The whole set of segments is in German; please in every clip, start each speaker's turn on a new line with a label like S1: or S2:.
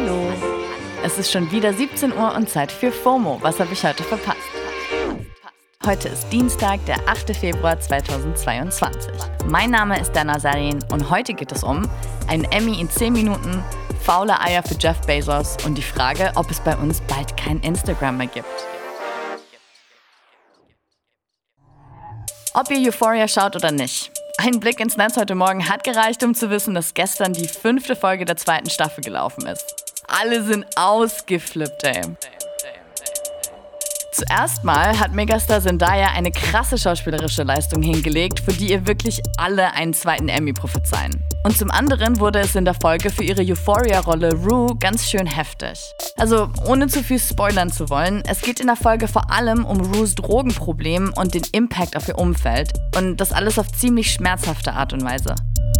S1: Hallo. Es ist schon wieder 17 Uhr und Zeit für FOMO. Was habe ich heute verpasst? Heute ist Dienstag, der 8. Februar 2022. Mein Name ist Dana Sarin und heute geht es um ein Emmy in 10 Minuten, faule Eier für Jeff Bezos und die Frage, ob es bei uns bald kein Instagram mehr gibt. Ob ihr Euphoria schaut oder nicht. Ein Blick ins Netz heute Morgen hat gereicht, um zu wissen, dass gestern die 5. Folge der 2. Staffel gelaufen ist. Alle sind ausgeflippt, ey. Zuerst mal hat Megastar Zendaya eine krasse schauspielerische Leistung hingelegt, für die ihr wirklich alle einen 2. Emmy prophezeien. Und zum anderen wurde es in der Folge für ihre Euphoria-Rolle Rue ganz schön heftig. Also, ohne zu viel spoilern zu wollen, es geht in der Folge vor allem um Rues Drogenproblem und den Impact auf ihr Umfeld. Und das alles auf ziemlich schmerzhafte Art und Weise.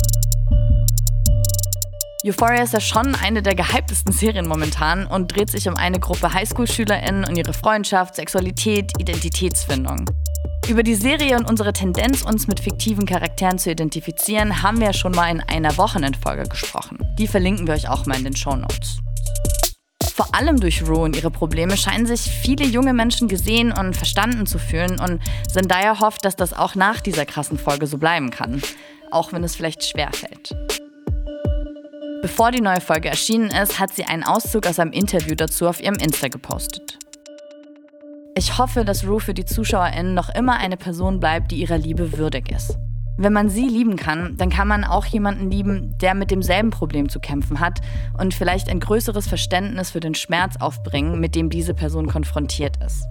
S1: Euphoria ist ja schon eine der gehyptesten Serien momentan und dreht sich um eine Gruppe Highschool-SchülerInnen und ihre Freundschaft, Sexualität, Identitätsfindung. Über die Serie und unsere Tendenz, uns mit fiktiven Charakteren zu identifizieren, haben wir ja schon mal in einer Wochenendfolge gesprochen. Die verlinken wir euch auch mal in den Shownotes. Vor allem durch Rue und ihre Probleme scheinen sich viele junge Menschen gesehen und verstanden zu fühlen und Zendaya hofft, dass das auch nach dieser krassen Folge so bleiben kann, auch wenn es vielleicht schwerfällt. Bevor die neue Folge erschienen ist, hat sie einen Auszug aus einem Interview dazu auf ihrem Insta gepostet. Ich hoffe, dass Rue für die ZuschauerInnen noch immer eine Person bleibt, die ihrer Liebe würdig ist. Wenn man sie lieben kann, dann kann man auch jemanden lieben, der mit demselben Problem zu kämpfen hat und vielleicht ein größeres Verständnis für den Schmerz aufbringen, mit dem diese Person konfrontiert ist.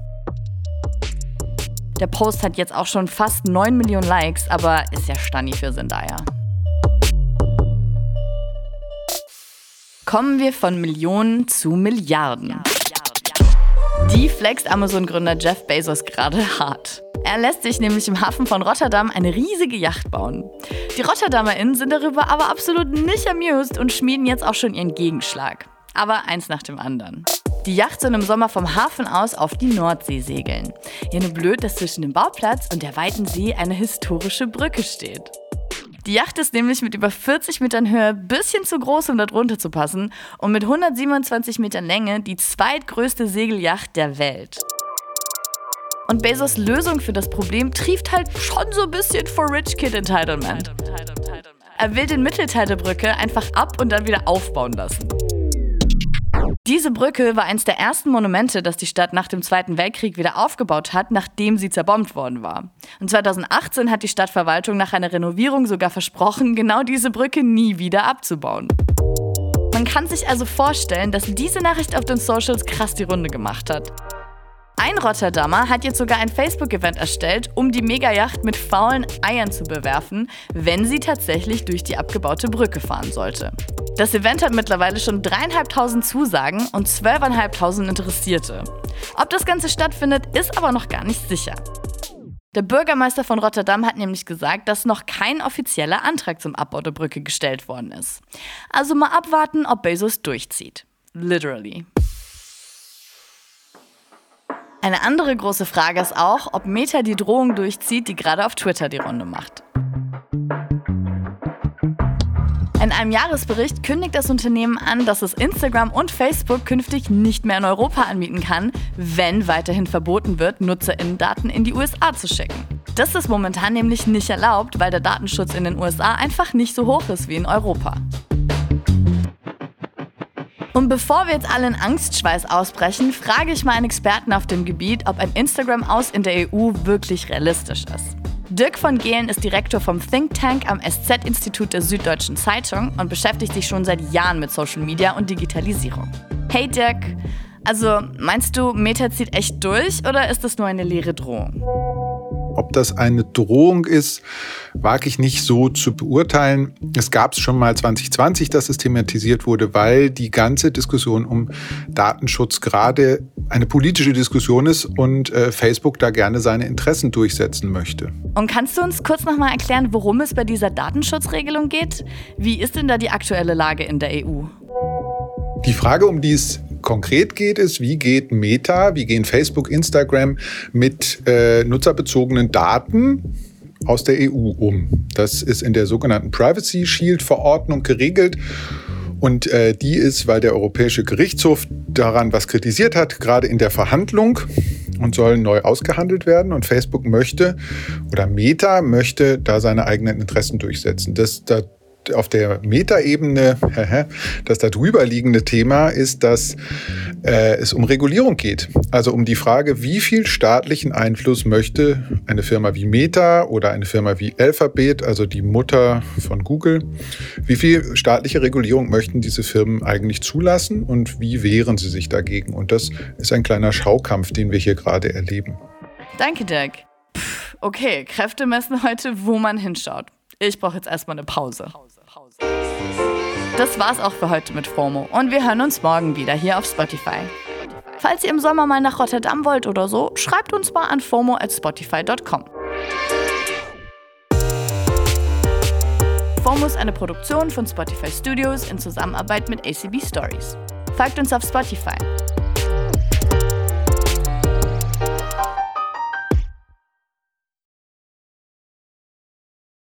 S1: Der Post hat jetzt auch schon fast 9 Millionen Likes, aber ist ja Stani für Zendaya. Kommen wir von Millionen zu Milliarden. Die flext Amazon-Gründer Jeff Bezos gerade hart. Er lässt sich nämlich im Hafen von Rotterdam eine riesige Yacht bauen. Die RotterdamerInnen sind darüber aber absolut nicht amused und schmieden jetzt auch schon ihren Gegenschlag. Aber eins nach dem anderen. Die Yacht soll im Sommer vom Hafen aus auf die Nordsee segeln. Ja, nur blöd, dass zwischen dem Bauplatz und der weiten See eine historische Brücke steht. Die Yacht ist nämlich mit über 40 Metern Höhe ein bisschen zu groß, um da drunter zu passen und mit 127 Metern Länge die zweitgrößte Segelyacht der Welt. Und Bezos Lösung für das Problem trieft halt schon so ein bisschen for Rich Kid Entitlement. Er will den Mittelteil der Brücke einfach ab und dann wieder aufbauen lassen. Diese Brücke war eines der ersten Monumente, das die Stadt nach dem Zweiten Weltkrieg wieder aufgebaut hat, nachdem sie zerbombt worden war. Und 2018 hat die Stadtverwaltung nach einer Renovierung sogar versprochen, genau diese Brücke nie wieder abzubauen. Man kann sich also vorstellen, dass diese Nachricht auf den Socials krass die Runde gemacht hat. Ein Rotterdamer hat jetzt sogar ein Facebook-Event erstellt, um die Megayacht mit faulen Eiern zu bewerfen, wenn sie tatsächlich durch die abgebaute Brücke fahren sollte. Das Event hat mittlerweile schon 3.500 Zusagen und 12.500 Interessierte. Ob das Ganze stattfindet, ist aber noch gar nicht sicher. Der Bürgermeister von Rotterdam hat nämlich gesagt, dass noch kein offizieller Antrag zum Abbau der Brücke gestellt worden ist. Also mal abwarten, ob Bezos durchzieht. Literally. Eine andere große Frage ist auch, ob Meta die Drohung durchzieht, die gerade auf Twitter die Runde macht. In einem Jahresbericht kündigt das Unternehmen an, dass es Instagram und Facebook künftig nicht mehr in Europa anbieten kann, wenn weiterhin verboten wird, NutzerInnen-Daten in die USA zu schicken. Das ist momentan nämlich nicht erlaubt, weil der Datenschutz in den USA einfach nicht so hoch ist wie in Europa. Und bevor wir jetzt alle in Angstschweiß ausbrechen, frage ich mal einen Experten auf dem Gebiet, ob ein Instagram-Aus in der EU wirklich realistisch ist. Dirk von Gehlen ist Direktor vom Think Tank am SZ-Institut der Süddeutschen Zeitung und beschäftigt sich schon seit Jahren mit Social Media und Digitalisierung. Hey Dirk, also meinst du, Meta zieht echt durch oder ist das nur eine leere Drohung?
S2: Ob das eine Drohung ist, wage ich nicht so zu beurteilen. Es gab es schon mal 2020, dass es thematisiert wurde, weil die ganze Diskussion um Datenschutz gerade eine politische Diskussion ist und Facebook da gerne seine Interessen durchsetzen möchte.
S1: Und kannst du uns kurz nochmal erklären, worum es bei dieser Datenschutzregelung geht? Wie ist denn da die aktuelle Lage in der EU?
S2: Die Frage, um die es konkret geht, ist, wie geht Meta, wie gehen Facebook, Instagram mit nutzerbezogenen Daten aus der EU um? Das ist in der sogenannten Privacy Shield Verordnung geregelt. Und die ist, weil der Europäische Gerichtshof daran was kritisiert hat, gerade in der Verhandlung und soll neu ausgehandelt werden. Und Facebook möchte oder Meta möchte da seine eigenen Interessen durchsetzen. Das da auf der Meta-Ebene, das da drüber liegende Thema ist, dass es um Regulierung geht. Also um die Frage, wie viel staatlichen Einfluss möchte eine Firma wie Meta oder eine Firma wie Alphabet, also die Mutter von Google, wie viel staatliche Regulierung möchten diese Firmen eigentlich zulassen und wie wehren sie sich dagegen? Und das ist ein kleiner Schaukampf, den wir hier gerade erleben.
S1: Danke, Dirk. Okay, Kräfte messen heute, wo man hinschaut. Ich brauche jetzt erstmal eine Pause. Das war's auch für heute mit FOMO und wir hören uns morgen wieder hier auf Spotify. Falls ihr im Sommer mal nach Rotterdam wollt oder so, schreibt uns mal an fomo@spotify.com. FOMO ist eine Produktion von Spotify Studios in Zusammenarbeit mit ACB Stories. Folgt uns auf Spotify,